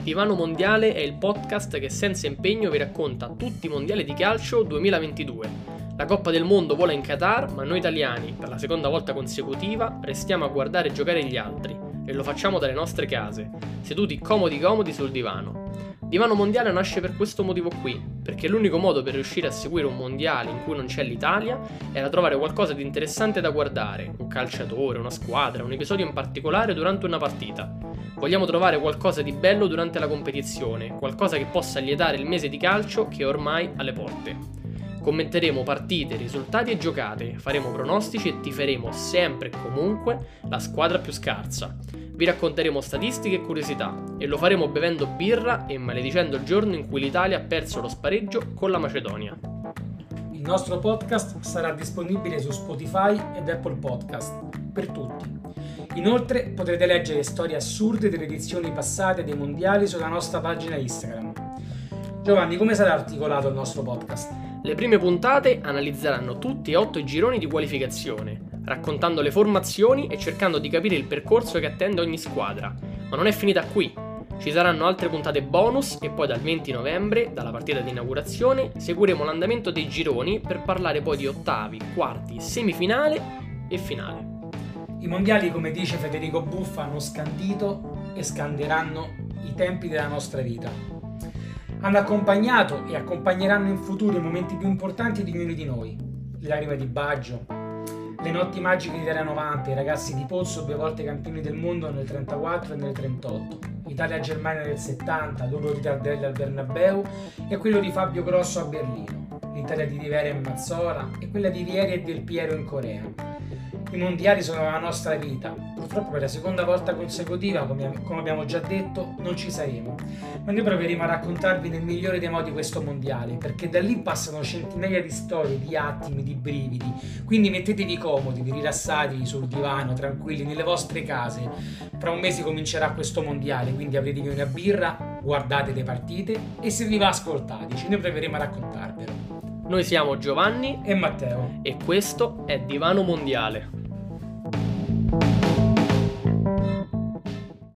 Divano Mondiale è il podcast che senza impegno vi racconta tutti i mondiali di calcio 2022. La Coppa del Mondo vola in Qatar, ma noi italiani, per la seconda volta consecutiva, restiamo a guardare giocare gli altri e lo facciamo dalle nostre case, seduti comodi sul divano. Divano Mondiale nasce per questo motivo qui, perché l'unico modo per riuscire a seguire un mondiale in cui non c'è l'Italia era trovare qualcosa di interessante da guardare, un calciatore, una squadra, un episodio in particolare durante una partita. Vogliamo trovare qualcosa di bello durante la competizione, qualcosa che possa lietare il mese di calcio che è ormai alle porte. Commenteremo partite, risultati e giocate, faremo pronostici e tiferemo sempre e comunque la squadra più scarsa. Vi racconteremo statistiche e curiosità e lo faremo bevendo birra e maledicendo il giorno in cui l'Italia ha perso lo spareggio con la Macedonia. Il nostro podcast sarà disponibile su Spotify ed Apple Podcast per tutti. Inoltre potrete leggere storie assurde delle edizioni passate dei mondiali sulla nostra pagina Instagram. Giovanni, come sarà articolato il nostro podcast? Le prime puntate analizzeranno tutti e 8 i gironi di qualificazione, raccontando le formazioni e cercando di capire il percorso che attende ogni squadra. Ma non è finita qui. Ci saranno altre puntate bonus e poi dal 20 novembre, dalla partita di inaugurazione, seguiremo l'andamento dei gironi per parlare poi di ottavi, quarti, semifinale e finale. I mondiali, come dice Federico Buffa, hanno scandito e scanderanno i tempi della nostra vita. Hanno accompagnato e accompagneranno in futuro i momenti più importanti di ognuno di noi. Le lacrime di Baggio, le notti magiche di Italia 90, i ragazzi di Pozzo 2 volte campioni del mondo nel 34 e nel 38, Italia-Germania nel 70, l'Euro di Tardelli al Bernabeu e quello di Fabio Grosso a Berlino, l'Italia di Rivera e Mazzola e quella di Vieri e Del Piero in Corea. I mondiali sono la nostra vita. Purtroppo per la seconda volta consecutiva, come abbiamo già detto, non ci saremo. Ma noi proveremo a raccontarvi nel migliore dei modi questo mondiale, perché da lì passano centinaia di storie, di attimi, di brividi. Quindi mettetevi comodi, rilassati sul divano, tranquilli, nelle vostre case. Tra un mese comincerà questo mondiale, quindi avrete una birra, guardate le partite e se vi va ascoltateci, noi proveremo a raccontarvelo. Noi siamo Giovanni e Matteo e questo è Divano Mondiale.